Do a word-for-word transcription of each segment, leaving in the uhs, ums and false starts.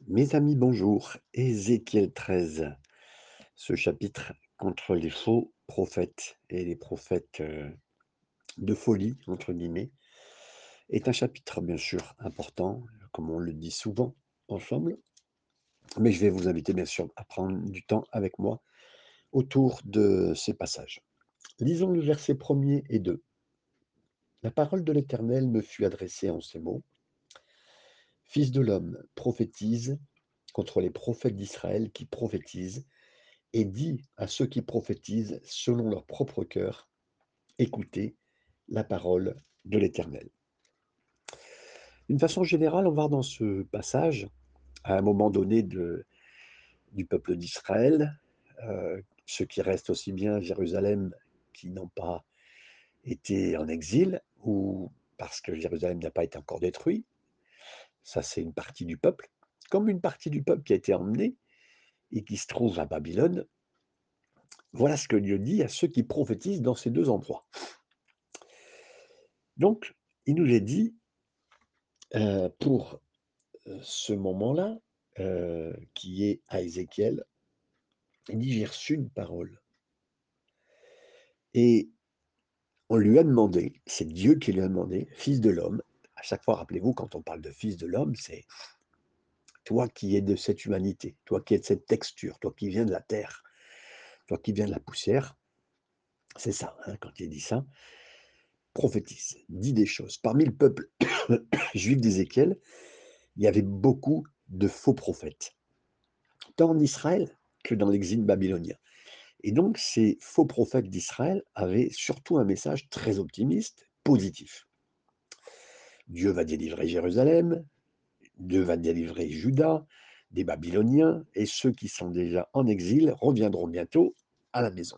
Mes amis, bonjour. Ézéchiel treize, ce chapitre contre les faux prophètes et les prophètes euh, de folie, entre guillemets, est un chapitre bien sûr important, comme on le dit souvent ensemble, mais je vais vous inviter bien sûr à prendre du temps avec moi autour de ces passages. Lisons le verset premier et deux. La parole de l'Éternel me fut adressée en ces mots. Fils de l'homme, prophétise contre les prophètes d'Israël qui prophétisent et dit à ceux qui prophétisent selon leur propre cœur, écoutez la parole de l'Éternel. D'une façon générale, on va voir dans ce passage, à un moment donné de, du peuple d'Israël, euh, ceux qui restent aussi bien à Jérusalem, qui n'ont pas été en exil, ou parce que Jérusalem n'a pas été encore détruit, ça c'est une partie du peuple, comme une partie du peuple qui a été emmenée et qui se trouve à Babylone. Voilà ce que Dieu dit à ceux qui prophétisent dans ces deux endroits. Donc, il nous est dit, euh, pour euh, ce moment-là, euh, qui est à Ézéchiel, il dit, j'ai reçu une parole. Et on lui a demandé, c'est Dieu qui lui a demandé, fils de l'homme, à chaque fois, rappelez-vous, quand on parle de fils de l'homme, c'est toi qui es de cette humanité, toi qui es de cette texture, toi qui viens de la terre, toi qui viens de la poussière, c'est ça, hein, quand il dit ça, prophétise, dis des choses. Parmi le peuple juif d'Ézéchiel, il y avait beaucoup de faux prophètes, tant en Israël que dans l'exil babylonien. Et donc, ces faux prophètes d'Israël avaient surtout un message très optimiste, positif. Dieu va délivrer Jérusalem, Dieu va délivrer Juda des Babyloniens, et ceux qui sont déjà en exil reviendront bientôt à la maison.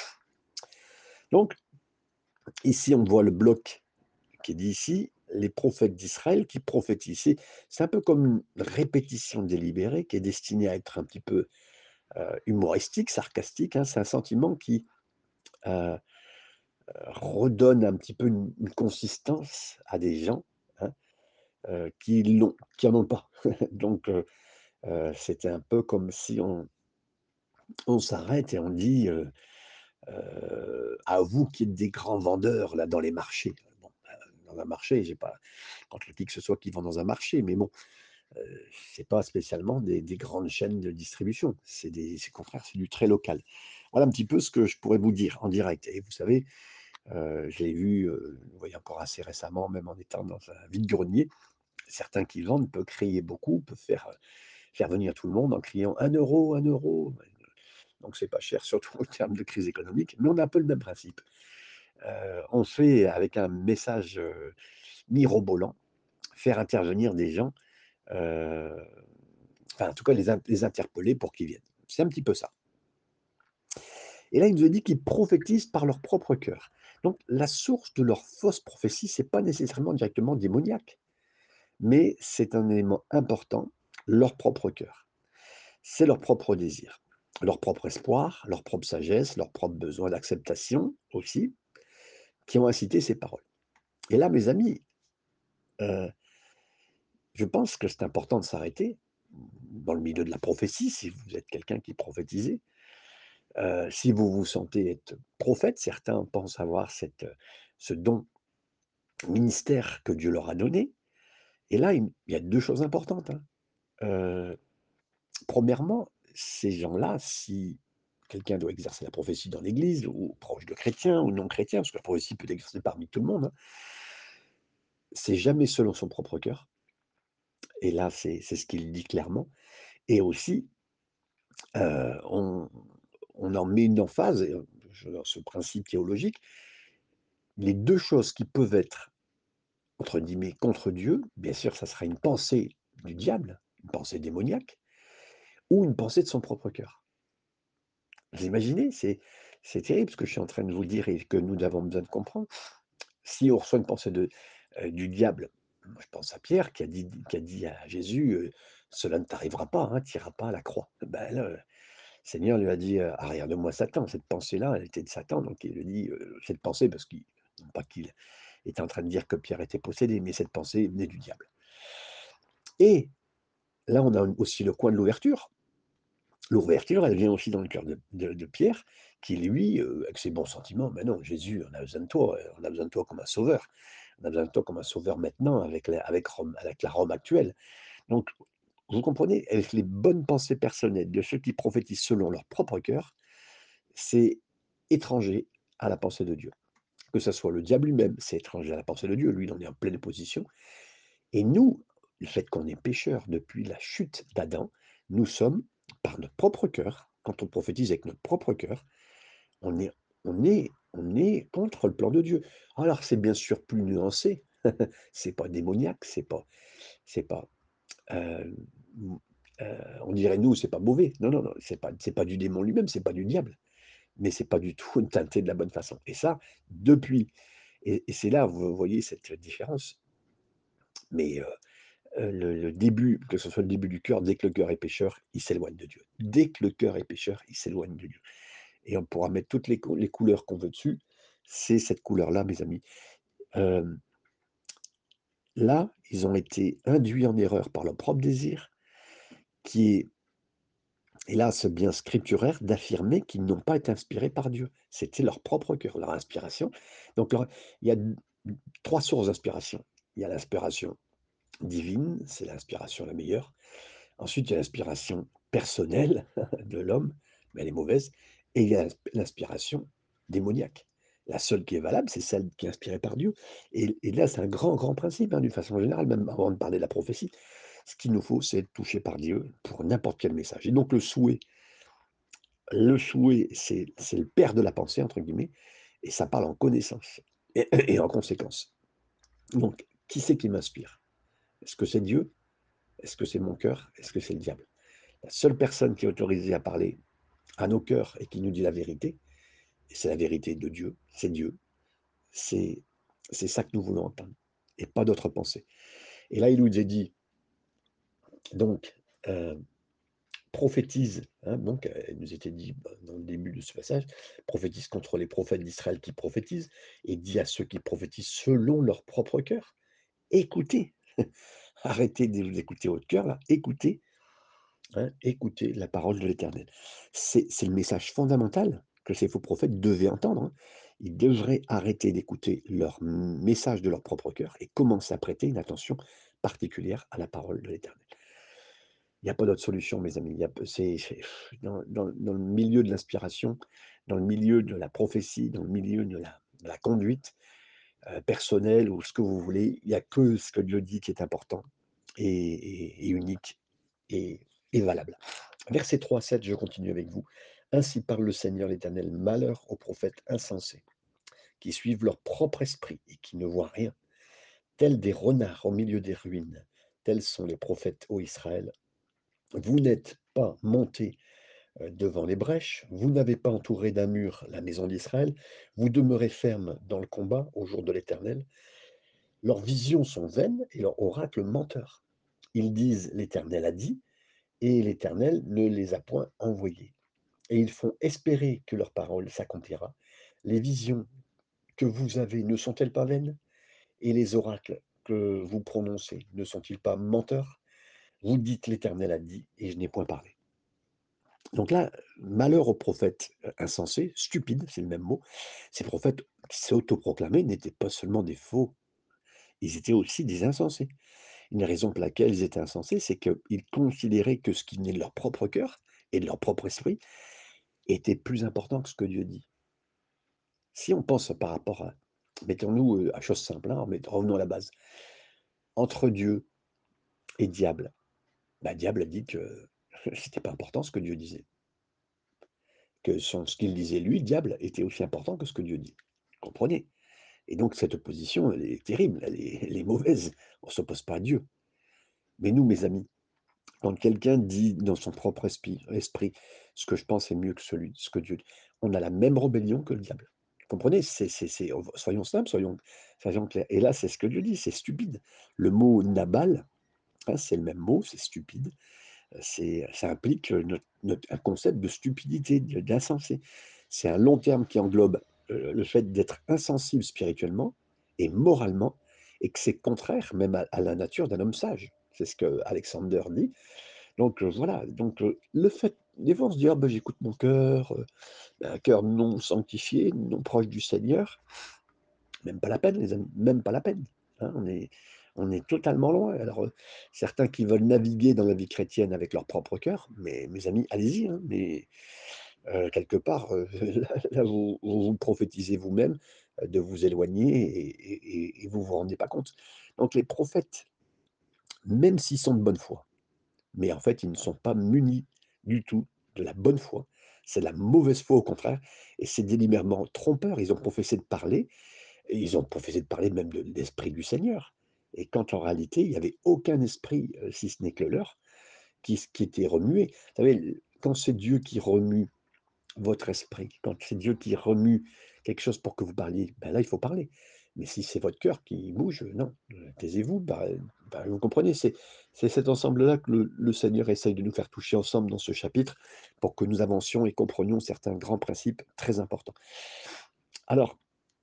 Donc, ici, on voit le bloc qui est dit ici, les prophètes d'Israël qui prophétisent. C'est un peu comme une répétition délibérée qui est destinée à être un petit peu euh, humoristique, sarcastique. Hein. C'est un sentiment qui euh, redonne un petit peu une, une consistance à des gens hein, euh, qui l'ont, qui en ont pas. Donc euh, euh, c'était un peu comme si on, on s'arrête et on dit euh, euh, à vous qui êtes des grands vendeurs là dans les marchés. Bon, euh, dans un marché, j'ai pas contre qui que ce soit qui vend dans un marché, mais bon, euh, c'est pas spécialement des, des grandes chaînes de distribution. C'est des, c'est au contraire, c'est du très local. Voilà un petit peu ce que je pourrais vous dire en direct. Et vous savez, Euh, je l'ai vu, euh, vous voyez encore assez récemment, même en étant dans un vide-grenier, certains qui vendent peuvent crier beaucoup, peuvent faire, euh, faire venir tout le monde en criant un euro, un euro. Donc c'est pas cher, surtout en termes de crise économique, mais on a un peu le même principe. Euh, on fait avec un message euh, mirobolant, faire intervenir des gens, euh, enfin en tout cas les, in- les interpeller pour qu'ils viennent. C'est un petit peu ça. Et là, il nous a dit qu'ils prophétisent par leur propre cœur. Donc, la source de leur fausse prophétie, c'est pas nécessairement directement démoniaque, mais c'est un élément important, leur propre cœur. C'est leur propre désir, leur propre espoir, leur propre sagesse, leur propre besoin d'acceptation aussi, qui ont incité ces paroles. Et là, mes amis, euh, je pense que c'est important de s'arrêter dans le milieu de la prophétie, si vous êtes quelqu'un qui prophétisez. Euh, si vous vous sentez être prophète, certains pensent avoir cette, ce don ministère que Dieu leur a donné. Et là, il y a deux choses importantes. Hein. Euh, premièrement, ces gens-là, si quelqu'un doit exercer la prophétie dans l'Église, ou proche de chrétiens, ou non chrétiens, parce que la prophétie peut exercer parmi tout le monde, hein, c'est jamais selon son propre cœur. Et là, c'est c'est ce qu'il dit clairement. Et aussi, euh, on, on en met une emphase, et, euh, dans ce principe théologique, les deux choses qui peuvent être, entre guillemets, contre Dieu, bien sûr, ça sera une pensée du diable, une pensée démoniaque, ou une pensée de son propre cœur. Vous imaginez, c'est c'est terrible ce que je suis en train de vous dire et que nous avons besoin de comprendre. Si on reçoit une pensée de, heu, du diable, moi je pense à Pierre qui a dit qui a dit à Jésus, heu: «Cela ne t'arrivera pas, hein, tu iras pas à la croix». Ben là, le Seigneur lui a dit, heu: «Arrière de moi Satan». Cette pensée-là, elle était de Satan, donc il lui dit, heu, cette pensée parce qu'il non pas qu'il était en train de dire que Pierre était possédé, mais cette pensée venait du diable et là, on a aussi le coin de l'ouverture. L'ouverture, elle vient aussi dans le cœur de de de Pierre qui lui, heu, avec ses bons sentiments: «Mais non, Jésus, on a besoin de toi, heu, on a besoin de toi comme un sauveur. On a besoin de toi comme un sauveur maintenant avec la avec Rome avec la Rome actuelle». Donc, vous comprenez? Avec les bonnes pensées personnelles de ceux qui prophétisent selon leur propre cœur, c'est étranger à la pensée de Dieu. Que ça soit le diable lui-même, c'est étranger à la pensée de Dieu. Lui, il en est en pleine opposition. Et nous, le fait qu'on est pécheurs depuis la chute d'Adam, nous sommes, par notre propre cœur, quand on prophétise avec notre propre cœur, on est on est on est contre le plan de Dieu. Alors c'est bien sûr plus nuancé, c'est pas démoniaque, c'est pas c'est pas, hem, mmh, heu, on dirait nous, c'est pas mauvais. Non, non, non, c'est pas c'est pas du démon lui-même, c'est pas du diable, mais c'est pas du tout teinté de la bonne façon et ça, depuis et et c'est là, vous voyez cette différence, mais heu Heu, le le début, que ce soit le début du cœur, dès que le cœur est pécheur, il s'éloigne de Dieu. Dès que le cœur est pécheur, il s'éloigne de Dieu et on pourra mettre toutes les co les couleurs qu'on veut dessus, c'est cette couleur-là, mes amis. Hem, là, ils ont été induits en erreur par leur propre désir, qui est, hélas, bien scripturaire, d'affirmer qu'ils n'ont pas été inspirés par Dieu. C'était leur propre cœur, leur inspiration. Donc leur il y a d trois sources d'inspiration. Il y a l'inspiration divine, c'est l'inspiration la meilleure. Ensuite, il y a l'inspiration personnelle de l'homme, mais elle est mauvaise et il y a l'insp l'inspiration démoniaque. La seule qui est valable, c'est celle qui est inspirée par Dieu et et là, c'est un grand, grand principe, hein, d'une façon générale, même avant de parler de la prophétie. Ce qu'il nous faut, c'est être touché par Dieu pour n'importe quel message et donc le souhait le souhait, c'est c'est «le père de la pensée» entre guillemets et ça parle en connaissance et et en conséquence. Donc qui c'est qui m'inspire? Est-ce que c'est Dieu? Est-ce que c'est mon cœur? Est-ce que c'est le diable? La seule personne qui est autorisée à parler à nos cœurs et qui nous dit la vérité, et c'est la vérité de Dieu, c'est Dieu, c'est c'est ça que nous voulons entendre et pas d'autres pensées. Et là, il nous est dit, donc, heu, prophétise, hein, donc, heu, il nous était dit, bah, dans le début de ce passage, prophétise contre les prophètes d'Israël qui prophétisent et dit à ceux qui prophétisent selon leur propre cœur: «Écoutez, arrêtez de vous écouter votre cœur là, écoutez, hein, écoutez la parole de l'Éternel». C'est c'est le message fondamental que ces faux prophètes devaient entendre, hein. Ils devraient arrêter d'écouter leur m message de leur propre cœur et commencer à prêter une attention particulière à la parole de l'Éternel. Il n'y a pas d'autre solution, mes amis. Il y a p c'est c'est dans dans dans le milieu de l'inspiration, dans le milieu de la prophétie, dans le milieu de la de la conduite, heu, personnelle ou ce que vous voulez, il n'y a que ce que Dieu dit qui est important et et et unique et et valable. Verset trois sept, je continue avec vous. «Ainsi parle le Seigneur l'Éternel, malheur aux prophètes insensés, qui suivent leur propre esprit et qui ne voient rien, tels des renards au milieu des ruines. Tels sont les prophètes, ô Israël. Vous n'êtes pas montés euh, devant les brèches, vous n'avez pas entouré d'un mur la maison d'Israël, vous demeurez fermes dans le combat au jour de l'Éternel. Leurs visions sont vaines et leurs oracles menteurs. Ils disent l'Éternel a dit, et l'Éternel ne les a point envoyés. Et ils font espérer que leur parole s'accomplira. Les visions que vous avez ne sont-elles pas vaines? Et les oracles que vous prononcez ne sont-ils pas menteurs? Vous dites l'Éternel a dit, et je n'ai point parlé. Donc là, malheur aux prophètes euh, insensés, stupides, c'est le même mot. Ces prophètes qui s'autoproclamaient n'étaient pas seulement des faux, ils étaient aussi des insensés. Une raison pour laquelle ils étaient insensés, c'est qu'ils considéraient que ce qui venait de leur propre cœur et de leur propre esprit était plus important que ce que Dieu dit. Si on pense par rapport à, mettons-nous euh, à chose simple, hein, mais revenons à la base, entre Dieu et diable, bah, diable a dit que c'était pas important ce que Dieu disait, que son, ce qu'il disait lui, diable, était aussi important que ce que Dieu dit. Comprenez? Et donc cette opposition, elle est terrible, elle est, elle est mauvaise. On ne s'oppose pas à Dieu. Mais nous, mes amis, quand quelqu'un dit dans son propre esprit, esprit, ce que je pense est mieux que celui, ce que Dieu dit, on a la même rébellion que le diable. Vous comprenez? C'est, c'est, c'est- soyons simples, soyons, soyons clairs. Et là, c'est ce que Dieu dit, c'est stupide. Le mot Nabal, hein, c'est le même mot, c'est stupide. C'est, ça implique euh, notre- notre- un concept de stupidité, de- d'insensé. C'est un long terme qui englobe euh, le fait d'être insensible spirituellement et moralement, et que c'est contraire même à, à la nature d'un homme sage. C'est ce que Alexander dit. Donc heu, voilà, donc heu, le fait des fois on se dit: «Ah bah, j'écoute mon cœur, heu, un cœur non sanctifié, non proche du Seigneur». Même pas la peine les amis, même pas la peine, hein. On est on est totalement loin. Alors, heu, certains qui veulent naviguer dans la vie chrétienne avec leur propre cœur, mais mes amis, allez-y, hein, mais heu, quelque part, heu, là là vous vous vous prophétisez vous-même, heu, de vous éloigner et et et et vous vous rendez pas compte. Donc les prophètes, même s'ils sont de bonne foi, mais en fait, ils ne sont pas munis du tout de la bonne foi. C'est de la mauvaise foi au contraire et c'est délibérément trompeur. Ils ont professé de parler et ils ont professé de parler même de l'esprit du Seigneur et quand en réalité, il y avait aucun esprit, heu, si ce n'est que le leur, qui s qui était remué. Vous savez, l quand c'est Dieu qui remue votre esprit, quand c'est Dieu qui remue quelque chose pour que vous parliez, ben là, il faut parler. Mais si c'est votre cœur qui bouge, non, heu, taisez-vous. Bah, bah, vous comprenez, c'est c'est cet ensemble-là que le le Seigneur essaye de nous faire toucher ensemble dans ce chapitre pour que nous avancions et comprenions certains grands principes très importants. Alors,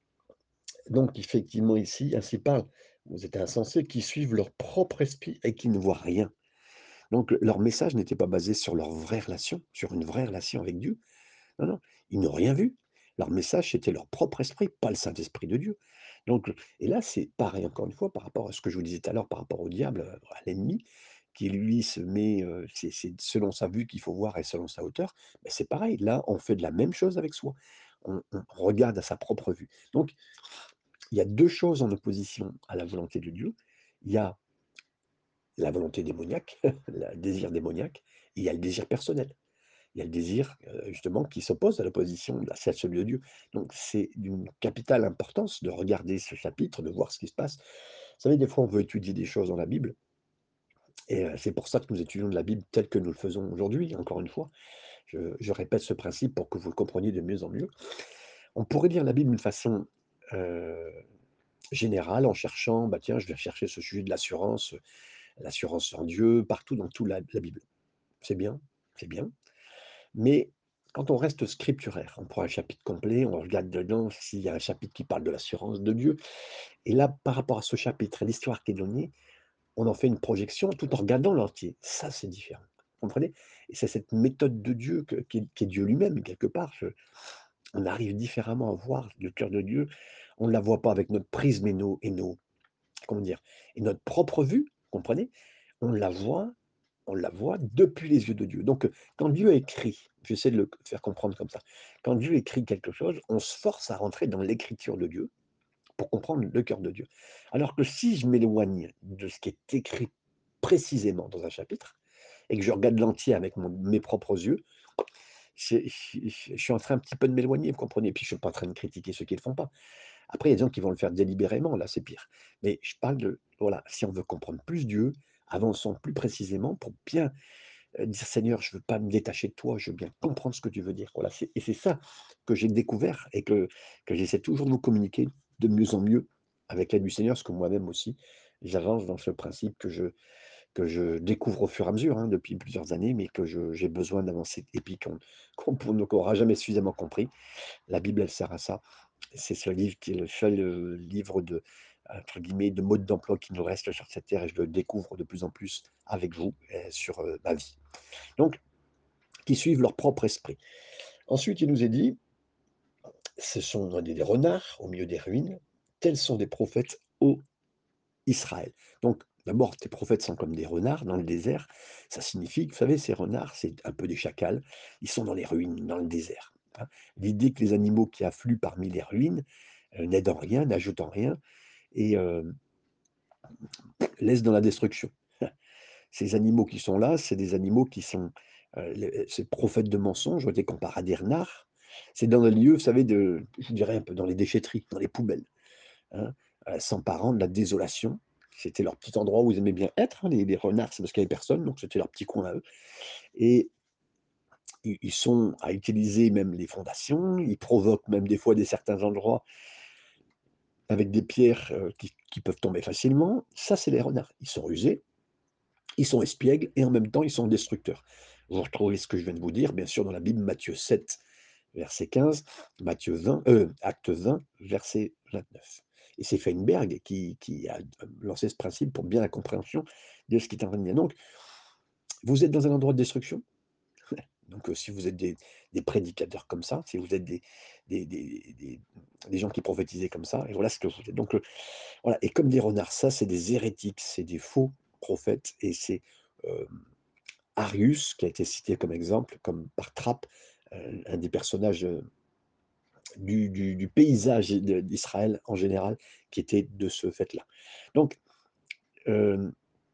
donc effectivement ici, ainsi parle, vous êtes insensés qui suivent leur propre esprit et qui ne voient rien. Donc leur message n'était pas basé sur leur vraie relation, sur une vraie relation avec Dieu. Non, non, ils n'ont rien vu. Leur message, c'était leur propre esprit, pas le Saint-Esprit de Dieu. Donc, et là, c'est pareil encore une fois par rapport à ce que je vous disais tout à l'heure, par rapport au diable, heu, à l'ennemi, qui lui se met, heu, c'est c'est selon sa vue qu'il faut voir et selon sa hauteur. Mais c'est pareil, là, on fait de la même chose avec soi. On on regarde à sa propre vue. Donc, il y a deux choses en opposition à la volonté de Dieu. Il y a la volonté démoniaque, le désir démoniaque, et il y a le désir personnel. Il y a le désir, heu, justement qui s'oppose à l'opposition de la à celui de Dieu. Donc c'est d'une capitale importance de regarder ce chapitre, de voir ce qui se passe. Vous savez, des fois, on veut étudier des choses dans la Bible et heu, c'est pour ça que nous étudions de la Bible telle que nous le faisons aujourd'hui, encore une fois. Je je répète ce principe pour que vous le compreniez de mieux en mieux. On pourrait lire la Bible d'une façon, heu, générale en cherchant, bah, tiens, je vais chercher ce sujet de l'assurance, l'assurance en Dieu, partout dans toute la la Bible. C'est bien, c'est bien. Mais quand on reste scripturaire, on prend un chapitre complet, on regarde dedans s'il y a un chapitre qui parle de l'assurance de Dieu. Et là, par rapport à ce chapitre et l'histoire qui est donnée, on en fait une projection tout en regardant l'entier. Ça, c'est différent. Vous comprenez? Et c'est cette méthode de Dieu que- qui, est, qui est Dieu lui-même, quelque part. Je- on arrive différemment à voir le cœur de Dieu. On ne la voit pas avec notre prisme et nos, et nos, comment dire, et notre propre vue. Vous comprenez? On la voit On la voit depuis les yeux de Dieu. Donc, heu, quand Dieu écrit, j'essaie de le faire comprendre comme ça. Quand Dieu écrit quelque chose, on se force à rentrer dans l'écriture de Dieu pour comprendre le cœur de Dieu. Alors que si je m'éloigne de ce qui est écrit précisément dans un chapitre et que je regarde l'entier avec mon mes propres yeux, c'est je je je suis en train un petit peu de m'éloigner, vous comprenez? Et puis je suis pas en train de critiquer ceux qui le font pas. Après, il y a des gens qui vont le faire délibérément, là, c'est pire. Mais je parle de voilà, si on veut comprendre plus Dieu, avançons plus précisément pour bien Heu, dire: «Seigneur, je veux pas me détacher de toi, je veux bien comprendre ce que tu veux dire». Voilà, c'est et c'est ça que j'ai découvert et que que j'essaie toujours de vous communiquer de mieux en mieux avec l'aide du Seigneur, parce que moi-même aussi, j'avance dans ce principe que je que je découvre au fur et à mesure, hein, depuis plusieurs années, mais que je j'ai besoin d'avancer et puis qu'on qu'on pour qu'on n'aura jamais suffisamment compris. La Bible, elle sert à ça. C'est ce livre qui est le seul, heu, livre de entre guillemets «de mode d'emploi» qui nous reste sur cette terre et je le découvre de plus en plus avec vous, heu, sur, heu, ma vie. Donc qui suivent leur propre esprit. Ensuite, il nous est dit, ce sont des renards au milieu des ruines, tels sont des prophètes, ô Israël. Donc, d'abord, tes prophètes sont comme des renards dans le désert. Ça signifie, vous savez, ces renards, c'est un peu des chacals. Ils sont dans les ruines, dans le désert, hein. L'idée que les animaux qui affluent parmi les ruines euh, n'aident en rien, n'ajoutent en rien et euh, laissent dans la destruction. Ces animaux qui sont là, c'est des animaux qui sont, heu, les ces prophètes de mensonges ont été comparés à des renards. C'est dans les lieux, vous savez, de je dirais un peu dans les déchetteries, dans les poubelles, hein, heu, s'emparant de la désolation. C'était leur petit endroit où ils aimaient bien être, hein, les les renards, c'est parce qu'il y avait personne, donc c'était leur petit coin à eux et ils ils sont à utiliser même les fondations, ils provoquent même des fois des certains endroits avec des pierres, heu, qui qui peuvent tomber facilement. Ça, c'est les renards. Ils sont rusés. Ils sont espiègles et en même temps, ils sont destructeurs. Vous retrouvez ce que je viens de vous dire, bien sûr, dans la Bible, Matthieu sept, verset quinze, Matthieu vingt, heu, Acte vingt, verset vingt-neuf. Et c'est Feinberg qui qui a lancé ce principe pour bien la compréhension de ce qui est en train de dire. Donc, vous êtes dans un endroit de destruction. Donc, heu, si vous êtes des des prédicateurs comme ça, si vous êtes des des des des des gens qui prophétisaient comme ça, et voilà ce que vous êtes. Donc, heu, voilà, et comme des renards, ça, c'est des hérétiques, c'est des faux prophètes, et c'est, hem, Arius qui a été cité comme exemple, comme par Trapp, heu, un des personnages, heu, du du du paysage de d'Israël en général, qui était de ce fait-là. Donc, hem,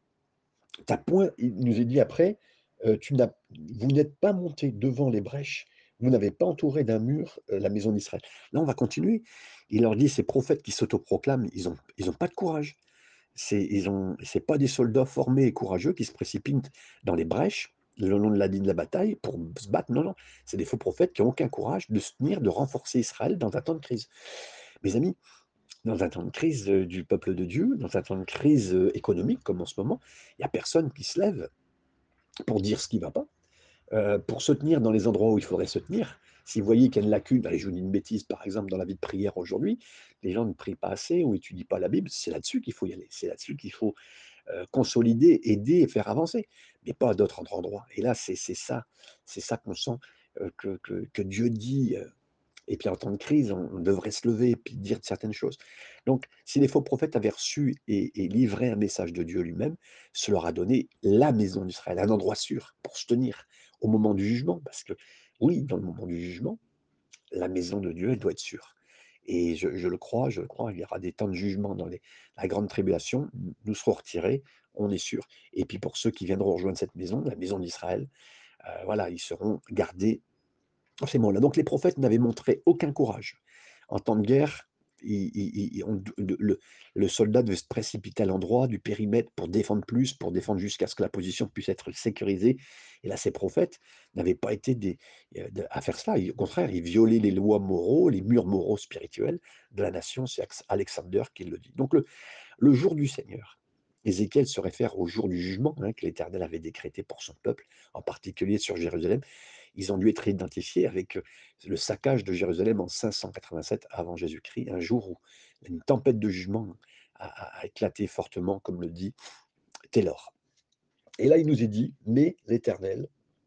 tu point il nous est dit après, heu: «Tu n'as vous n'êtes pas montés devant les brèches, vous n'avez pas entouré d'un mur, heu, la maison d'Israël». Là, on va continuer. Il leur dit: «Ces prophètes qui s'autoproclament, ils ont ils ont pas de courage». C'est ils ont c'est pas des soldats formés et courageux qui se précipitent dans les brèches, le long de la ligne de la bataille pour se battre. Non, non, c'est des faux prophètes qui ont aucun courage de se tenir, de renforcer Israël dans un temps de crise. Mes amis, dans un temps de crise, heu, du peuple de Dieu, dans un temps de crise, heu, économique comme en ce moment, il y a personne qui se lève pour dire ce qui va pas. Heu, pour se tenir dans les endroits où il faudrait se tenir. Si vous voyez qu'il y a une lacune, allez, je vous dis une bêtise, par exemple, dans la vie de prière aujourd'hui, les gens ne prient pas assez ou étudient pas la Bible, c'est là-dessus qu'il faut y aller. C'est là-dessus qu'il faut, heu, consolider, aider et faire avancer, mais pas à d'autres endroits. Et là, c'est c'est ça c'est ça qu'on sent, heu, que que que Dieu dit, heu et puis en temps de crise, on on devrait se lever et puis dire certaines choses. Donc si les faux prophètes avaient reçu et et livré un message de Dieu lui-même, ça leur a donné la maison d'Israël, un endroit sûr pour se tenir au moment du jugement. Parce que oui, dans le moment du jugement, la maison de Dieu, elle doit être sûre. Et je je le crois, je le crois, il y aura des temps de jugement dans les la grande tribulation, nous nous serons retirés, on est sûr. Et puis pour ceux qui viendront rejoindre cette maison, la maison d'Israël, heu, voilà, ils seront gardés dans ces moments-là. Donc les prophètes n'avaient montré aucun courage. En temps de guerre, i i i on de le le soldat devait se précipiter à l'endroit du périmètre pour défendre plus, pour défendre jusqu'à ce que la position puisse être sécurisée. Et là, ces prophètes n'avaient pas été des heu, de à faire cela. Ils au contraire, ils violaient les lois moraux, les murs moraux spirituels de la nation. C'est Ax Alexander qui le dit. Donc le le jour du Seigneur, Ézéchiel se réfère au jour du jugement, hein, que l'Éternel avait décrété pour son peuple, en particulier sur Jérusalem. Ils ont dû être identifiés avec, heu, le saccage de Jérusalem en cinq cent quatre-vingt-sept avant Jésus-Christ, un jour où une tempête de jugement a a a éclaté fortement, comme le dit Taylor. Et là, il nous est dit: «Mais l'Éternel,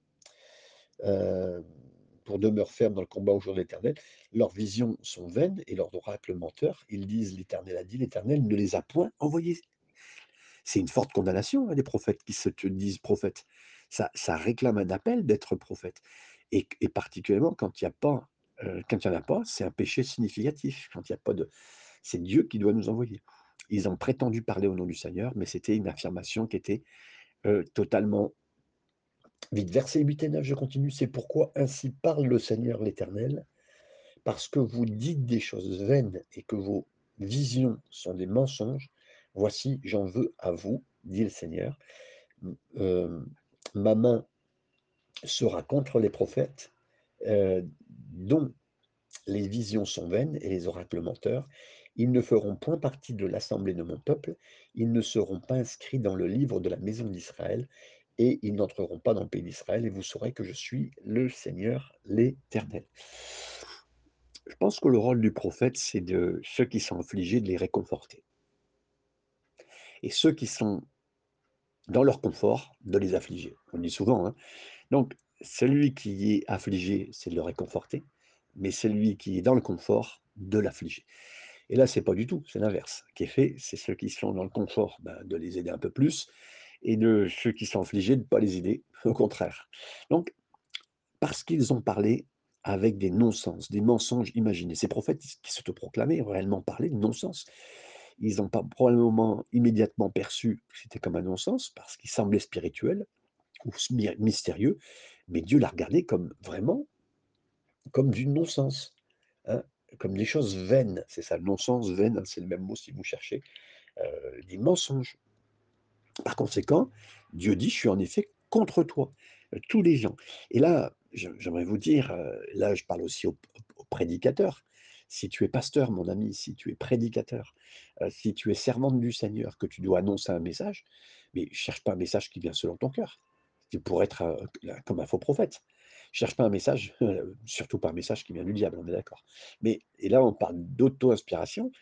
heu, pour demeure ferme dans le combat au jour de l'Éternel, leurs visions sont vaines et leurs oracles menteurs. Ils disent: "L'Éternel a dit", l'Éternel ne les a point envoyés». C'est une forte condamnation, hein, des prophètes qui se te disent prophètes. Ça ça réclame un appel d'être prophète, et et particulièrement quand il y a pas, heu, quand il y en a pas, c'est un péché significatif. Quand il y a pas de c'est Dieu qui doit nous envoyer. Ils ont prétendu parler au nom du Seigneur, mais c'était une affirmation qui était, heu, totalement vide. Versets huit et neuf, je continue: «C'est pourquoi ainsi parle le Seigneur l'Éternel, parce que vous dites des choses vaines et que vos visions sont des mensonges, voici, j'en veux à vous, dit le Seigneur. M hem, ma main sera contre les prophètes, heu, dont les visions sont vaines et les oracles menteurs. Ils ne feront point partie de l'assemblée de mon peuple, ils ne seront pas inscrits dans le livre de la maison d'Israël, et ils n'entreront pas dans le pays d'Israël, et vous saurez que je suis le Seigneur l'Éternel». Je pense que le rôle du prophète, c'est de ceux qui sont affligés, de les réconforter, et ceux qui sont dans leur confort, de les affliger. On le dit souvent, hein. Donc celui qui est affligé, c'est de le réconforter, mais celui qui est dans le confort, de l'affliger. Et là, c'est pas du tout, c'est l'inverse qui est fait. C'est ceux qui sont dans le confort, ben, de les aider un peu plus, et de ceux qui sont affligés, de ne pas les aider, au contraire. Donc, parce qu'ils ont parlé avec des non-sens, des mensonges imaginés. Ces prophètes qui s'autoproclamaient ont réellement parlé de non-sens. Ils n'ont pas probablement immédiatement perçu que c'était comme un non-sens, parce qu'il semblait spirituel ou smi- mystérieux, mais Dieu l'a regardé comme vraiment comme du non-sens, hein, comme des choses vaines. C'est ça, le non-sens, vaine, hein, c'est le même mot si vous cherchez, euh, des mensonges. Par conséquent, Dieu dit: «Je suis en effet contre toi, heu, tous les gens». Et là, je j'aimerais vous dire, heu, là, je parle aussi aux aux prédicateurs. Si tu es pasteur, mon ami, si tu es prédicateur, heu, si tu es servante du Seigneur, que tu dois annoncer un message, mais cherche pas un message qui vient selon ton cœur. Tu pourrais être, heu, là, comme un faux prophète. Cherche pas un message, heu, surtout pas un message qui vient du diable, on est d'accord. Mais et là, on parle d'auto-inspiration.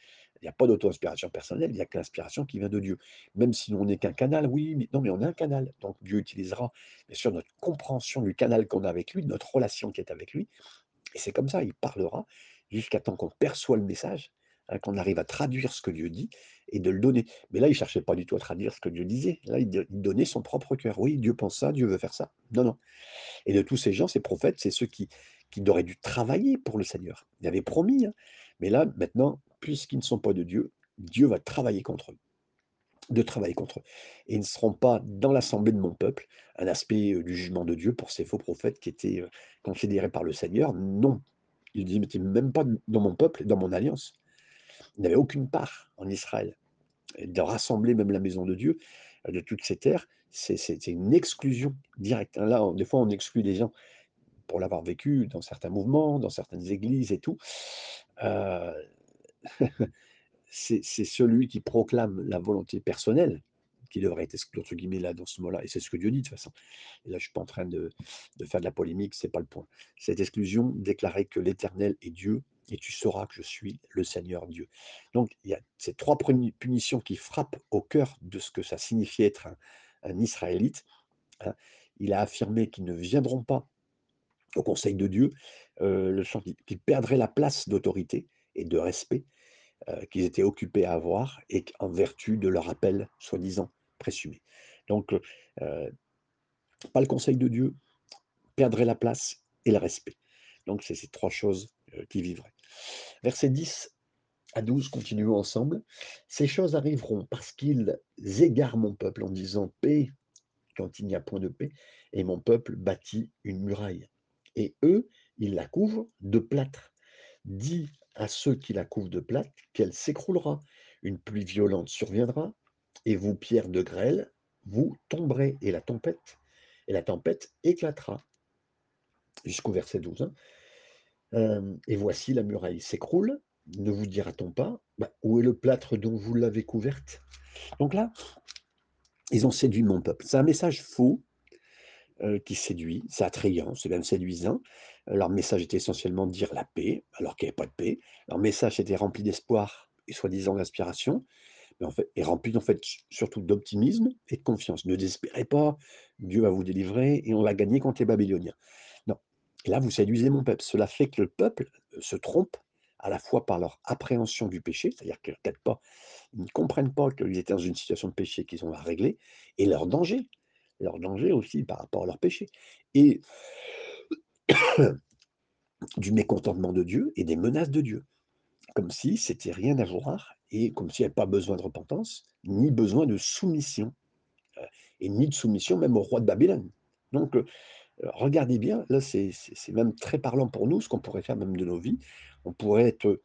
Il y a pas d'auto-inspiration personnelle, il y a que l'inspiration qui vient de Dieu. Même si on n'est qu'un canal, oui, mais non, mais on est un canal. Donc Dieu utilisera bien sûr notre compréhension du canal qu'on a avec lui, de notre relation qui est avec lui. Et c'est comme ça, il parlera jusqu'à temps qu'on perçoit le message, hein, qu'on arrive à traduire ce que Dieu dit et de le donner. Mais là, il cherchait pas du tout à traduire ce que Dieu disait. Là, il, il donnait son propre cœur. Oui, Dieu pense ça, Dieu veut faire ça. Non, non. Et de tous ces gens, ces prophètes, c'est ceux qui, qui auraient dû travailler pour le Seigneur. Il avait promis, hein. Mais là, maintenant, puisqu'ils ne sont pas de Dieu, Dieu va travailler contre eux, de travailler contre eux. Et ils ne seront pas dans l'assemblée de mon peuple, un aspect euh, du jugement de Dieu pour ces faux prophètes qui étaient euh, considérés par le Seigneur. Non, il dit, mais tu n'es même pas dans mon peuple, dans mon alliance. Il n'avait aucune part en Israël. Et de rassembler même la maison de Dieu euh, de toutes ces terres, c'est c'est- c'est une exclusion directe. Là, on- des fois, on exclut des gens pour l'avoir vécu dans certains mouvements, dans certaines églises et tout. Euh, c'est c'est celui qui proclame la volonté personnelle qui devrait être exclu, entre guillemets, là, dans ce mot-là. Et c'est ce que Dieu dit, de toute façon. Et là, je ne suis pas en train de, de faire de la polémique, c'est pas le point. Cette exclusion déclarait que l'Éternel est Dieu, et tu sauras que je suis le Seigneur Dieu. Donc, il y a ces trois puni- punitions qui frappent au cœur de ce que ça signifie être un, un Israélite, hein. Il a affirmé qu'ils ne viendront pas au conseil de Dieu, euh, le chant qu'ils qu'ils perdraient la place d'autorité et de respect euh, qu'ils étaient occupés à avoir et en vertu de leur appel soi-disant présumé. Donc, euh, pas le conseil de Dieu, perdrait la place et le respect. Donc, c'est ces trois choses euh, qui vivraient. Versets dix à douze, continuons ensemble. Ces choses arriveront parce qu'ils égarent mon peuple en disant paix quand il n'y a point de paix, et mon peuple bâtit une muraille. Et eux, ils la couvrent de plâtre. Dis à ceux qui la couvrent de plâtre qu'elle s'écroulera. Une pluie violente surviendra, et vous, pierres de grêle, vous tomberez, et la tempête, et la tempête éclatera. Jusqu'au verset douze, hein. Euh, et voici la muraille s'écroule. Ne vous dira-t-on pas, bah, où est le plâtre dont vous l'avez couverte? Donc là, ils ont séduit mon peuple. C'est un message faux euh, qui séduit, c'est attrayant, c'est même séduisant. Euh, leur message était essentiellement de dire la paix, alors qu'il n'y avait pas de paix. Leur message était rempli d'espoir et soi-disant d'inspiration, mais en fait, est rempli en fait surtout d'optimisme et de confiance. Ne désespérez pas, Dieu va vous délivrer et on va gagner contre les Babyloniens. Non. Et là, vous séduisez mon peuple. Cela fait que le peuple euh, se trompe à la fois par leur appréhension du péché, c'est-à-dire qu'ils ne pas, ils ne comprennent pas qu'ils étaient dans une situation de péché qu'ils ont à régler, et leur danger, leur danger aussi par rapport à leur péché, et du mécontentement de Dieu et des menaces de Dieu, comme si c'était rien à voir, et comme s'il n'y avait pas besoin de repentance, ni besoin de soumission, euh, et ni de soumission même au roi de Babylone. Donc, euh, regardez bien, là c'est c'est- c'est même très parlant pour nous, ce qu'on pourrait faire même de nos vies. On pourrait être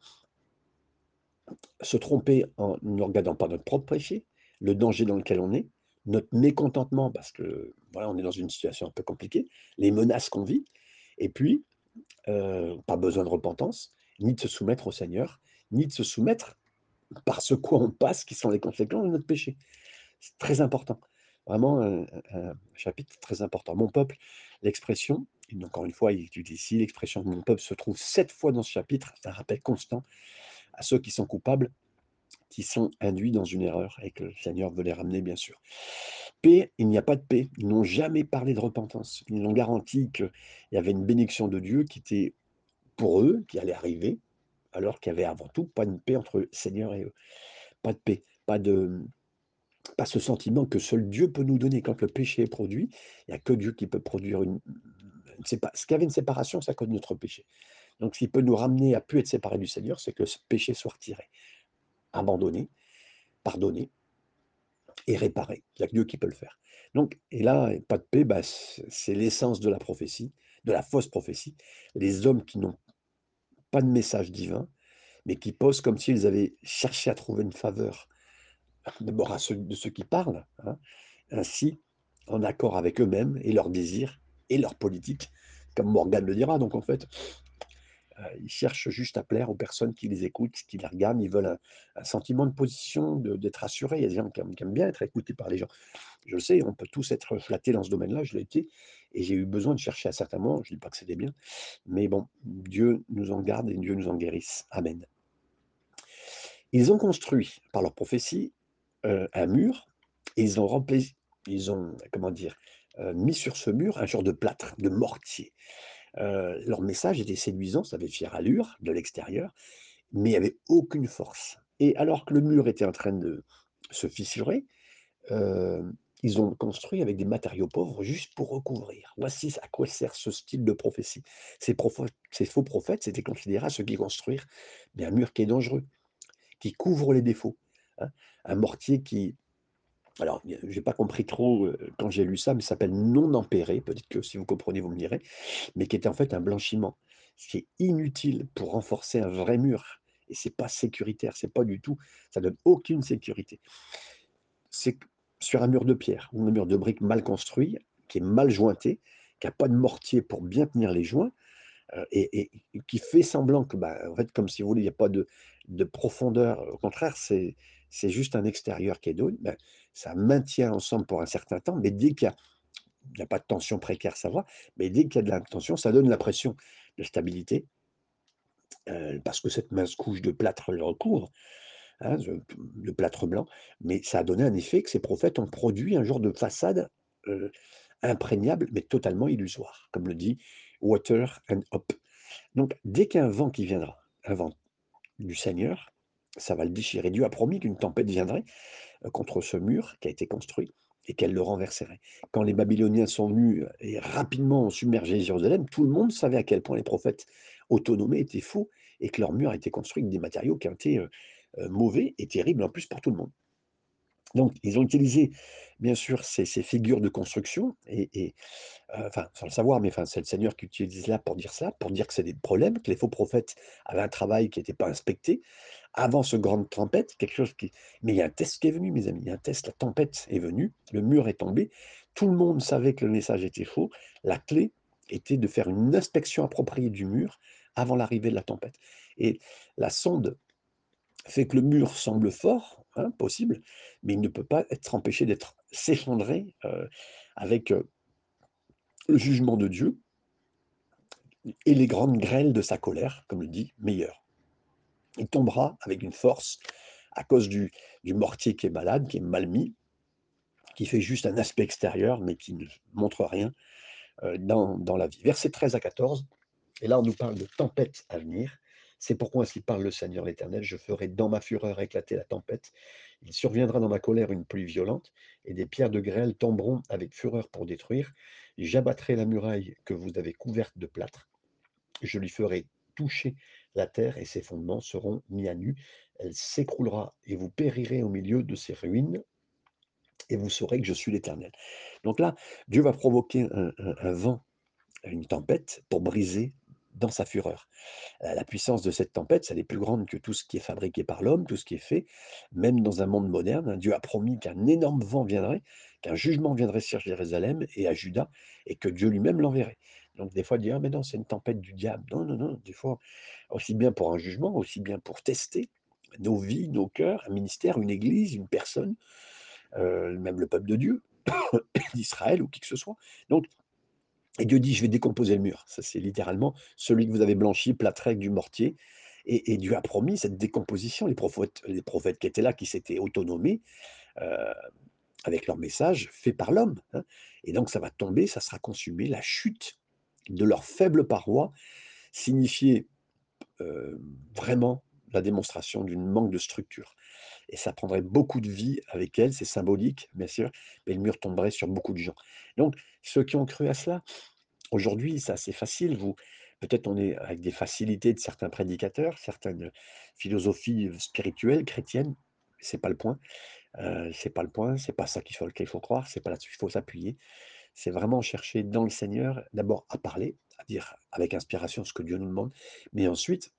se tromper en ne regardant pas notre propre péché, le danger dans lequel on est, notre mécontentement parce que voilà, on est dans une situation un peu compliquée, les menaces qu'on vit, et puis euh, pas besoin de repentance, ni de se soumettre au Seigneur, ni de se soumettre par ce quoi on passe, qui sont les conséquences de notre péché. C'est très important. Vraiment un, un chapitre très important. Mon peuple, l'expression, encore une fois, il utilise ici l'expression de mon peuple se trouve sept fois dans ce chapitre. C'est un rappel constant à ceux qui sont coupables, qui sont induits dans une erreur et que le Seigneur veut les ramener, bien sûr. Paix, il n'y a pas de paix. Ils n'ont jamais parlé de repentance. Ils ont garanti qu'il y avait une bénédiction de Dieu qui était pour eux, qui allait arriver, alors qu'il y avait avant tout pas une paix entre le Seigneur et eux. Pas de paix, pas de, pas ce sentiment que seul Dieu peut nous donner. Quand le péché est produit, il n'y a que Dieu qui peut produire une, une sépa- ce qu'il y avait une séparation, c'est à cause de notre péché. Donc, ce qui peut nous ramener à plus être séparés du Seigneur, c'est que ce péché soit retiré, abandonné, pardonné et réparé. Il n'y a que Dieu qui peut le faire. Donc, et là, pas de paix, bah, c'est l'essence de la prophétie, de la fausse prophétie. Les hommes qui n'ont pas de message divin, mais qui posent comme s'ils avaient cherché à trouver une faveur, d'abord à ceux, de ceux qui parlent, hein, ainsi en accord avec eux-mêmes et leurs désirs et leur politique, comme Morgane le dira. Donc en fait, euh, ils cherchent juste à plaire aux personnes qui les écoutent, qui les regardent, ils veulent un, un sentiment de position, de- d'être assurés. Il y a des gens qui aiment, qui aiment bien être écoutés par les gens. Je le sais, on peut tous être flattés dans ce domaine-là, je l'ai été, et j'ai eu besoin de chercher à certains moments, je ne dis pas que c'était bien, mais bon, Dieu nous en garde et Dieu nous en guérisse. Amen. Ils ont construit, par leur prophétie, heu, un mur et ils ont rempli ils ont, comment dire? Heu, mis sur ce mur un genre de plâtre, de mortier. Heu, leur message était séduisant, ça avait fière allure de l'extérieur, mais il y avait aucune force et alors que le mur était en train de se fissurer, hem, ils ont construit avec des matériaux pauvres juste pour recouvrir. Voici à quoi sert ce style de prophétie. Ces propho ces faux prophètes, c'était considéré à ceux qui construire, mais un mur qui est dangereux, qui couvre les défauts, hein. Un mortier qui alors, il y a j'ai pas compris trop, heu, quand j'ai lu ça, mais ça s'appelle non empéré, peut-être que si vous comprenez, vous me direz, mais qui était en fait un blanchiment. Ce qui est inutile pour renforcer un vrai mur et c'est pas sécuritaire, c'est pas du tout ça donne aucune sécurité. C'est q sur un mur de pierre ou un mur de briques mal construit, qui est mal jointé, qui a pas de mortier pour bien tenir les joints, heu et et et qui fait semblant que, bah, en fait, comme si vous voulez, il y a pas de de profondeur, au contraire, c'est c'est juste un extérieur qui est donné, bah, ça maintient ensemble pour un certain temps, mais dès qu'il y a il y a pas de tension précaire, ça va, mais dès qu'il y a de la tension, ça donne l'impression de stabilité, heu, parce que cette mince couche de plâtre le recouvre, hein, je de plâtre blanc, mais ça a donné un effet que ces prophètes ont produit un genre de façade, heu, imprégnable, mais totalement illusoire, comme le dit Water and Hope. Donc, dès qu'il y a un vent qui viendra, un vent du Seigneur, ça va le déchirer. Dieu a promis qu'une tempête viendrait, heu, contre ce mur qui a été construit et qu'elle le renverserait. Quand les Babyloniens sont venus et rapidement ont submergé Jérusalem, tout le monde savait à quel point les prophètes autonomés étaient faux et que leur mur a été construit avec des matériaux qui ont été, heu heu, mauvais et terribles en plus pour tout le monde. Donc ils ont utilisé bien sûr ces ces figures de construction et et Heu, enfin, sans le savoir, mais enfin, c'est le Seigneur qui utilise là pour dire ça, pour dire que c'est des problèmes, que les faux prophètes avaient un travail qui était pas inspecté. Avant ce grande tempête, quelque chose qui mais il y a un test qui est venu, mes amis, il y a un test, la tempête est venue, le mur est tombé, tout le monde savait que le message était faux. La clé était de faire une inspection appropriée du mur avant l'arrivée de la tempête et la sonde fait que le mur semble fort, hein, possible, mais il ne peut pas être empêché d'être s'effondrer, heu, avec, heu, le jugement de Dieu et les grandes grêles de sa colère, comme le dit Meyer. Il tombera avec une force à cause du, du mortier qui est malade, qui est mal mis, qui fait juste un aspect extérieur, mais qui ne montre rien euh, dans, dans la vie. Versets treize à quatorze, et là on nous parle de tempête à venir. C'est pourquoi ainsi parle le Seigneur l'Éternel, je ferai dans ma fureur éclater la tempête, il surviendra dans ma colère une pluie violente, et des pierres de grêle tomberont avec fureur pour détruire. J'abattrai la muraille que vous avez couverte de plâtre, je lui ferai toucher la terre et ses fondements seront mis à nu. Elle s'écroulera et vous périrez au milieu de ses ruines et vous saurez que je suis l'Éternel. Donc là, Dieu va provoquer un, un- un vent, une tempête pour briser dans sa fureur. Euh, La puissance de cette tempête, elle est plus grande que tout ce qui est fabriqué par l'homme, tout ce qui est fait, même dans un monde moderne. Dieu a promis qu'un énorme vent viendrait, qu'un jugement viendrait sur Jérusalem et à Juda, et que Dieu lui-même l'enverrait. Donc des fois, dire, ah mais non, c'est une tempête du diable. Non, non, non, des fois, aussi bien pour un jugement, aussi bien pour tester nos vies, nos cœurs, un ministère, une église, une personne, euh, même le peuple de Dieu, d'Israël ou qui que ce soit. Donc, et Dieu dit, je vais décomposer le mur. Ça, c'est littéralement celui que vous avez blanchi, plâtré avec du mortier. Et, et Dieu a promis cette décomposition. Les prophètes, les prophètes qui étaient là, qui s'étaient autonomés euh, avec leur message fait par l'homme, hein. Et donc, ça va tomber, ça sera consumé. La chute de leur faible paroi signifiait euh, vraiment la démonstration d'une manque de structure. Et ça prendrait beaucoup de vie avec elle, c'est symbolique, bien sûr, mais le mur tomberait sur beaucoup de gens. Donc, ceux qui ont cru à cela, aujourd'hui, c'est assez facile. Vous, peut-être on est avec des facilités de certains prédicateurs, certaines philosophies spirituelles, chrétiennes, c'est pas le point. Euh, c'est pas le point, c'est pas ça qu'il faut, qu'il faut croire, c'est pas là-dessus qu'il faut s'appuyer. C'est vraiment chercher dans le Seigneur, d'abord à parler, à dire avec inspiration ce que Dieu nous demande, mais ensuite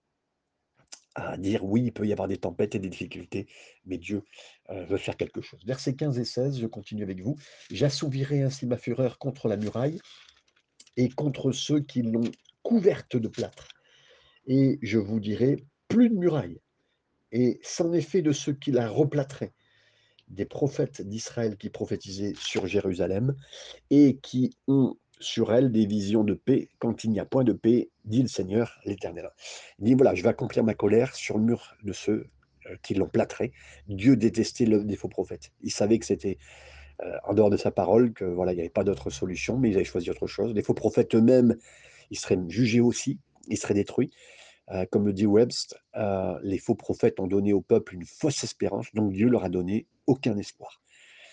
à dire oui, il peut y avoir des tempêtes et des difficultés, mais Dieu euh, veut faire quelque chose. Versets quinze et seize, je continue avec vous. J'assouvirai ainsi ma fureur contre la muraille et contre ceux qui l'ont couverte de plâtre. Et je vous dirai, plus de muraille. Et c'en est fait de ceux qui la replâtraient, des prophètes d'Israël qui prophétisaient sur Jérusalem et qui ont sur elle des visions de paix quand il n'y a point de paix, dit le Seigneur l'Éternel. Il dit voilà, je vais accomplir ma colère sur le mur de ceux heu, qui l'ont plâtré. Dieu détestait l'œuvre des faux prophètes. Il savait que c'était, heu, en dehors de sa parole, que voilà, il y avait pas d'autre solution, mais ils avaient choisi autre chose. Les faux prophètes eux-mêmes, ils seraient jugés aussi, ils seraient détruits. Heu, comme le dit Webst, heu, les faux prophètes ont donné au peuple une fausse espérance, donc Dieu leur a donné aucun espoir.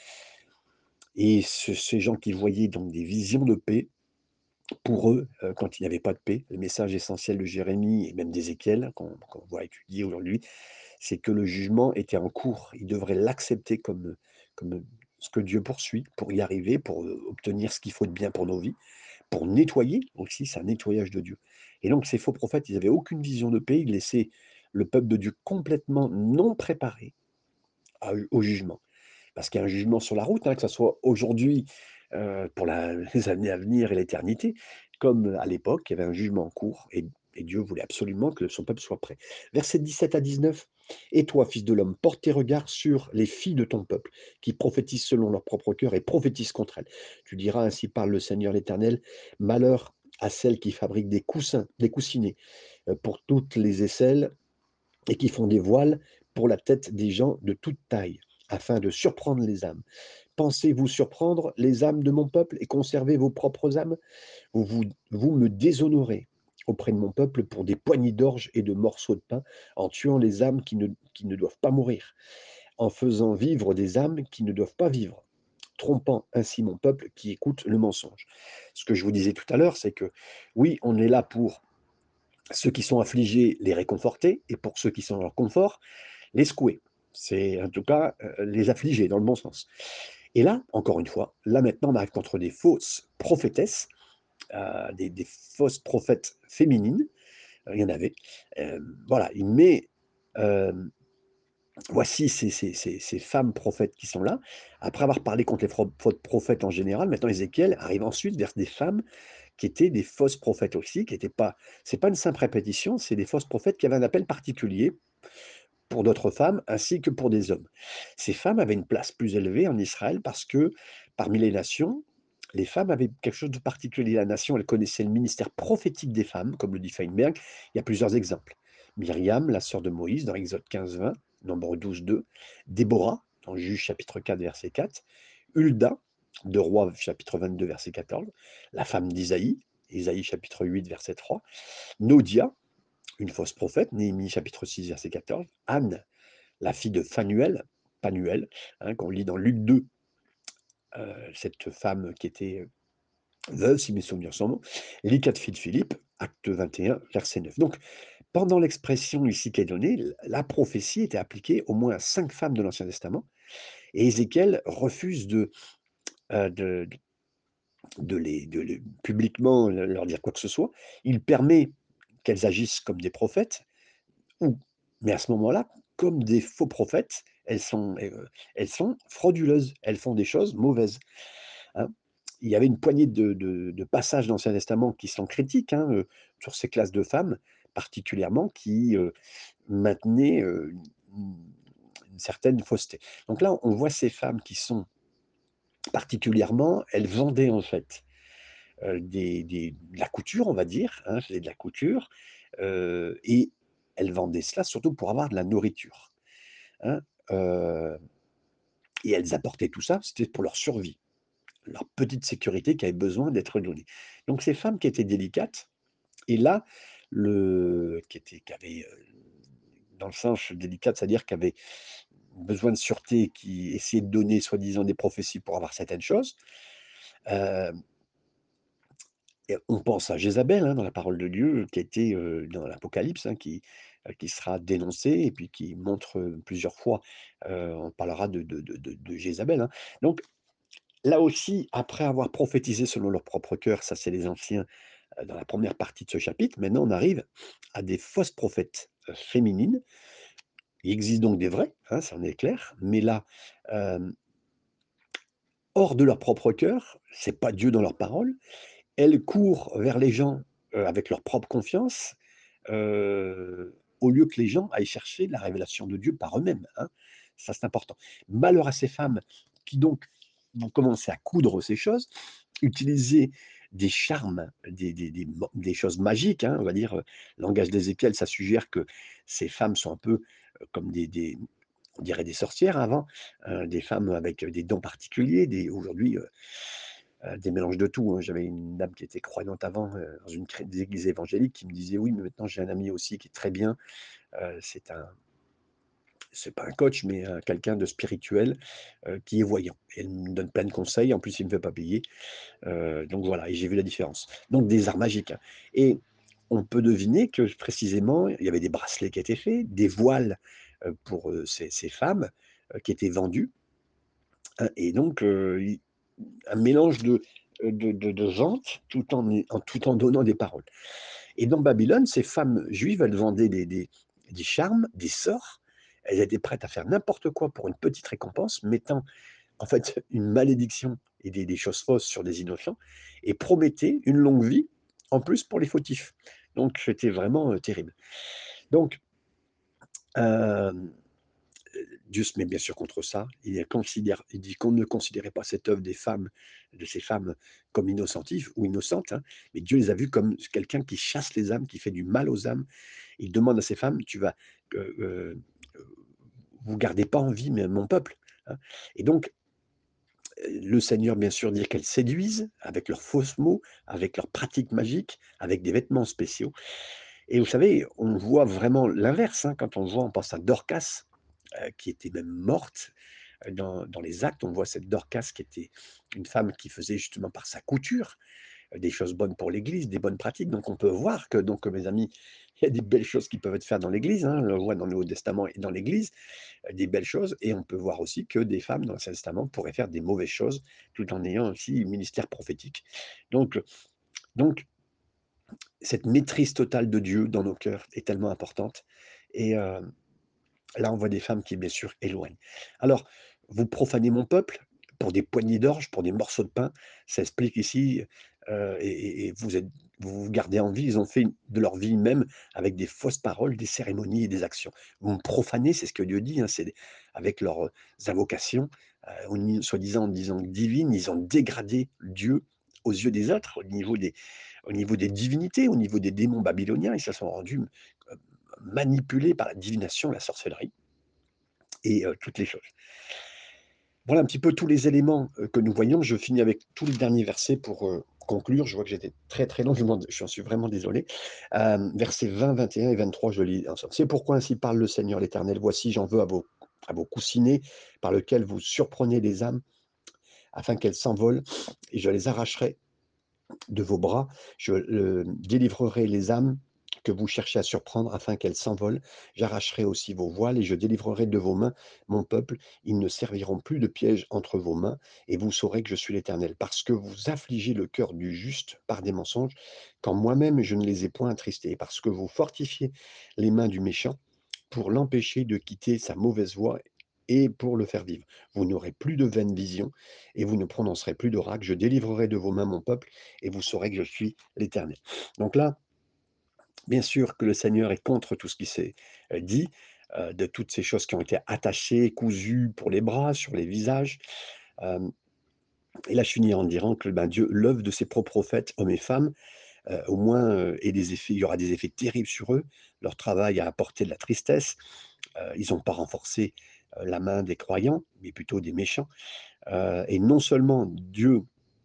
Et ce ces gens qui voyaient donc des visions de paix, pour eux, heu, quand il n'y avait pas de paix, le message essentiel de Jérémie et même d'Ézéchiel, qu'on qu'on va étudier aujourd'hui, c'est que le jugement était en cours. Ils devraient l'accepter comme, comme, ce que Dieu poursuit pour y arriver, pour, heu, obtenir ce qu'il faut de bien pour nos vies, pour nettoyer aussi, c'est un nettoyage de Dieu. Et donc ces faux prophètes, ils avaient aucune vision de paix, ils laissaient le peuple de Dieu complètement non préparé à au jugement. Parce qu'il y a un jugement sur la route, hein, que ça soit aujourd'hui, heu, pour la les années à venir et l'éternité, comme à l'époque, il y avait un jugement en cours et et Dieu voulait absolument que son peuple soit prêt. Versets dix-sept à dix-neuf: «Et toi, fils de l'homme, porte tes regards sur les filles de ton peuple, qui prophétisent selon leur propre cœur et prophétisent contre elles. Tu diras: Ainsi parle le Seigneur l'Éternel, malheur à celles qui fabriquent des coussins, des coussinets, heu, pour toutes les aisselles et qui font des voiles pour la tête des gens de toute taille, afin de surprendre les âmes. Pensez-vous surprendre les âmes de mon peuple et conserver vos propres âmes? Vous, vous, vous me déshonorez auprès de mon peuple pour des poignées d'orge et de morceaux de pain, en tuant les âmes qui ne, qui ne doivent pas mourir, en faisant vivre des âmes qui ne doivent pas vivre, trompant ainsi mon peuple qui écoute le mensonge. Ce que je vous disais tout à l'heure, c'est que oui, on est là pour ceux qui sont affligés, les réconforter, et pour ceux qui sont dans leur confort, les secouer. C'est en tout cas euh, les affliger dans le bon sens. Et là, encore une fois, là maintenant, on arrive contre des fausses prophétesses, euh, des, des fausses prophètes féminines. Euh, il y en avait. Euh, voilà, il met. euh, Voici ces, ces- ces- ces femmes prophètes qui sont là. Après avoir parlé contre les faux prophètes en général, maintenant Ézéchiel arrive ensuite vers des femmes qui étaient des fausses prophètes aussi, qui n'étaient pas. C'est pas une simple répétition, c'est des fausses prophètes qui avaient un appel particulier pour d'autres femmes ainsi que pour des hommes. Ces femmes avaient une place plus élevée en Israël parce que parmi les nations, les femmes avaient quelque chose de particulier. La nation, elle connaissait le ministère prophétique des femmes, comme le dit Feinberg. Il y a plusieurs exemples. Myriam, la sœur de Moïse, dans Exode quinze vingt, Nombre douze deux. Déborah, dans Juge chapitre quatre, verset quatre. Hulda, de Rois chapitre vingt-deux, verset quatorze. La femme d'Isaïe, Isaïe chapitre huit, verset trois. Nodia, une fausse prophète, Néhémie chapitre six, verset quatorze. Anne, la fille de Phanuel, Panuel, hein, qu'on lit dans Luc deux, euh, cette femme qui était euh, veuve, si mes souvenirs sont bons. Lycat, fille de Philippe, acte vingt et un, verset neuf. Donc, pendant l'expression ici qui est donnée, la prophétie était appliquée au moins à cinq femmes de l'Ancien Testament, et Ézéchiel refuse de, euh, de, de, les, de les publiquement leur dire quoi que ce soit. Il permet qu'elles agissent comme des prophètes, ou, mais à ce moment-là, comme des faux prophètes, elles sont, euh, elles sont frauduleuses, elles font des choses mauvaises, hein. Il y avait une poignée de, de- de passages dans l'Ancien Testament qui sont critiques, hein, euh, sur ces classes de femmes, particulièrement, qui euh, maintenaient euh, une, une certaine fausseté. Donc là, on voit ces femmes qui sont particulièrement, elles vendaient en fait euh, des, des- de la couture, on va dire, hein, faisaient de la couture, euh, et elles vendaient cela surtout pour avoir de la nourriture, hein, euh, et elles apportaient tout ça, c'était pour leur survie, leur petite sécurité qui avait besoin d'être donnée. Donc ces femmes qui étaient délicates, et là, le, qui, était, qui avaient, euh, dans le sens délicat, c'est-à-dire qui avaient besoin de sûreté, qui essayaient de donner soi-disant des prophéties pour avoir certaines choses, euh, et on pense à Jézabel, hein, dans la parole de Dieu, qui a été euh, dans l'Apocalypse, hein, qui, euh, qui sera dénoncée et puis qui montre euh, plusieurs fois, euh, on parlera de, de, de, de- de Jézabel, hein. Donc là aussi, après avoir prophétisé selon leur propre cœur, ça c'est les anciens, euh, dans la première partie de ce chapitre, maintenant on arrive à des fausses prophètes euh, féminines. Il existe donc des vrais, hein, ça en est clair, mais là, euh, hors de leur propre cœur, c'est pas Dieu dans leur parole. Elles courent vers les gens, heu, avec leur propre confiance, heu, au lieu que les gens aillent chercher la révélation de Dieu par eux-mêmes, hein. Ça, c'est important. Malheur à ces femmes qui donc vont commencer à coudre ces choses, utiliser des charmes, des des des mo des choses magiques, hein, on va dire, heu, langage d'Ézéchiel, ça suggère que ces femmes sont un peu, heu, comme des des on dirait des sorcières avant, heu, des femmes avec, heu, des dons particuliers, des aujourd'hui, heu heu, des mélanges de tout, hein. J'avais une dame qui était croyante avant, heu, dans une cré des églises évangéliques qui me disait: «Oui, mais maintenant j'ai un ami aussi qui est très bien, heu, c'est un c'est pas un coach, mais heu, quelqu'un de spirituel, heu, qui est voyant». Et elle me donne plein de conseils, en plus il me fait pas payer, heu, donc voilà et j'ai vu la différence. Donc des arts magiques, hein et on peut deviner que précisément, il y avait des bracelets qui étaient faits, des voiles, heu, pour, heu, ces ces femmes, heu, qui étaient vendus, hein et donc heu, i un mélange de, heu, de de de vente tout en é en tout en donnant des paroles et dans Babylone, ces femmes juives, elles vendaient des des des charmes, des sorts. Elles étaient prêtes à faire n'importe quoi pour une petite récompense, mettant en fait une malédiction et des des choses fausses sur des innocents et promettaient une longue vie, en plus pour les fautifs. Donc c'était vraiment, heu, terrible. Donc, hem, Dieu se met bien sûr contre ça. Il considère il dit qu'on ne considérait pas cette œuvre des femmes de ces femmes comme innocentives ou innocentes, hein, mais Dieu les a vues comme quelqu'un qui chasse les âmes, qui fait du mal aux âmes. Il demande à ces femmes: «Tu vas, heu heu, vous gardez pas en vie mais mon peuple», hein et donc heu, le Seigneur bien sûr dit qu'elles séduisent avec leurs fausses mots, avec leurs pratiques magiques, avec des vêtements spéciaux et vous savez, on voit vraiment l'inverse, hein, quand on voit on pense à Dorcas, heu, qui était même morte, heu, dans dans les Actes, on voit cette Dorcas qui était une femme qui faisait justement par sa couture, heu, des choses bonnes pour l'Église, des bonnes pratiques. Donc on peut voir que donc, mes amis, il y a des belles choses qui peuvent être faites dans l'Église, hein. On le voit dans le Nouveau Testament et dans l'Église, heu, des belles choses et on peut voir aussi que des femmes dans l'Ancien Testament pourraient faire des mauvaises choses, tout en ayant aussi un ministère prophétique. Donc donc cette maîtrise totale de Dieu dans nos cœurs est tellement importante et hem, là, on voit des femmes qui, bien sûr, éloignent. Alors, vous profanez mon peuple pour des poignées d'orge, pour des morceaux de pain. Ça explique ici, heu et et et vous êtes vous vous gardez en vie. Ils ont fait de leur vie même avec des fausses paroles, des cérémonies et des actions. Vous me profanez, c'est ce que Dieu dit, hein, c'est avec leurs, heu, invocations, heu, au ni soi-disant en disant divines, ils ont dégradé Dieu aux yeux des autres, au niveau des au niveau des divinités, au niveau des démons babyloniens. Ils se sont rendus, heu, manipulés par la divination, la sorcellerie et heu, toutes les choses. Voilà un petit peu tous les éléments, heu, que nous voyons. Je finis avec tous les derniers versets pour, heu, conclure. Je vois que j'étais très, très long, je m'en j'en suis vraiment désolé. Hem, versets vingt, vingt et un et vingt-trois, je lis ensemble. «C'est pourquoi ainsi parle le Seigneur l'Éternel: Voici, j'en veux à vos à vos coussinets par lesquels vous surprenez les âmes, afin qu'elles s'envolent, et je les arracherai de vos bras, je, heu, délivrerai les âmes que vous cherchez à surprendre afin qu'elles s'envolent. J'arracherai aussi vos voiles et je délivrerai de vos mains mon peuple. Ils ne serviront plus de piège entre vos mains et vous saurez que je suis l'Éternel. Parce que vous affligez le cœur du juste par des mensonges, quand moi-même je ne les ai point attristés. Et parce que vous fortifiez les mains du méchant pour l'empêcher de quitter sa mauvaise voie et pour le faire vivre. Vous n'aurez plus de vaines visions et vous ne prononcerez plus d'oracle. Je délivrerai de vos mains mon peuple et vous saurez que je suis l'Éternel. Donc là, bien sûr que le Seigneur est contre tout ce qui s'est euh, dit, euh, de toutes ces choses qui ont été attachées, cousues pour les bras, sur les visages. Euh, et là, je finis en disant que ben, Dieu, l'œuvre de ses propres prophètes, hommes et femmes, euh, au moins, euh, et des effets, il y aura des effets terribles sur eux. Leur travail a apporté de la tristesse. Euh, ils n'ont pas renforcé euh, la main des croyants, mais plutôt des méchants. Euh, et non seulement Dieu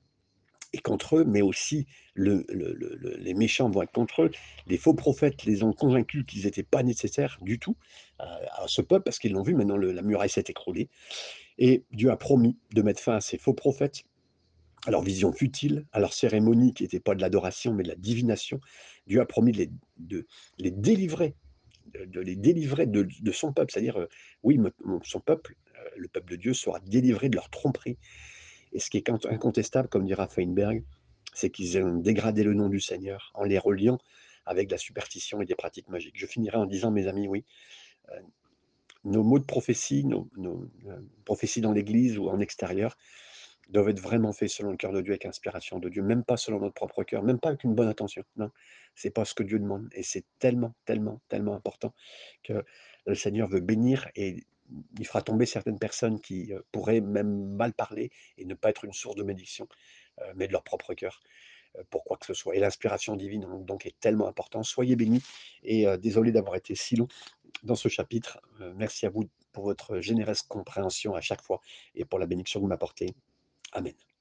et contre eux, mais aussi le le le le les méchants vont être contre eux. Les faux prophètes les ont convaincus qu'ils étaient pas nécessaires du tout, heu, à ce peuple parce qu'ils l'ont vu maintenant le la muraille s'est écroulée et Dieu a promis de mettre fin à ces faux prophètes, à leurs visions futiles, à leurs cérémonies qui étaient pas de l'adoration, mais de la divination. Dieu a promis de les de les délivrer, de de les délivrer de de son peuple. C'est-à-dire, heu, oui, me mon son peuple, heu, le peuple de Dieu sera délivré de leur tromperie et ce qui est quint incontestable, comme dira Feinberg, c'est qu'ils ont dégradé le nom du Seigneur en les reliant avec de la superstition et des pratiques magiques. Je finirai en disant, mes amis, oui, heu, nos mots de prophétie, nos nos, heu, prophéties dans l'église ou en extérieur, doivent être vraiment faits selon le cœur de Dieu, avec inspiration de Dieu, même pas selon notre propre cœur, même pas avec une bonne intention. Non, c'est pas ce que Dieu demande et c'est tellement, tellement, tellement important que le Seigneur veut bénir et il fera tomber certaines personnes qui, heu, pourraient même mal parler et ne pas être une source de bénédiction, heu, mais de leur propre cœur, heu, pour quoi que ce soit et l'inspiration divine donc donc est tellement important. Soyez bénis et heu, désolé d'avoir été si long. dans ce chapitre. Heu, merci à vous pour votre généreuse compréhension à chaque fois et pour la bénédiction que vous m'apportez. Amen.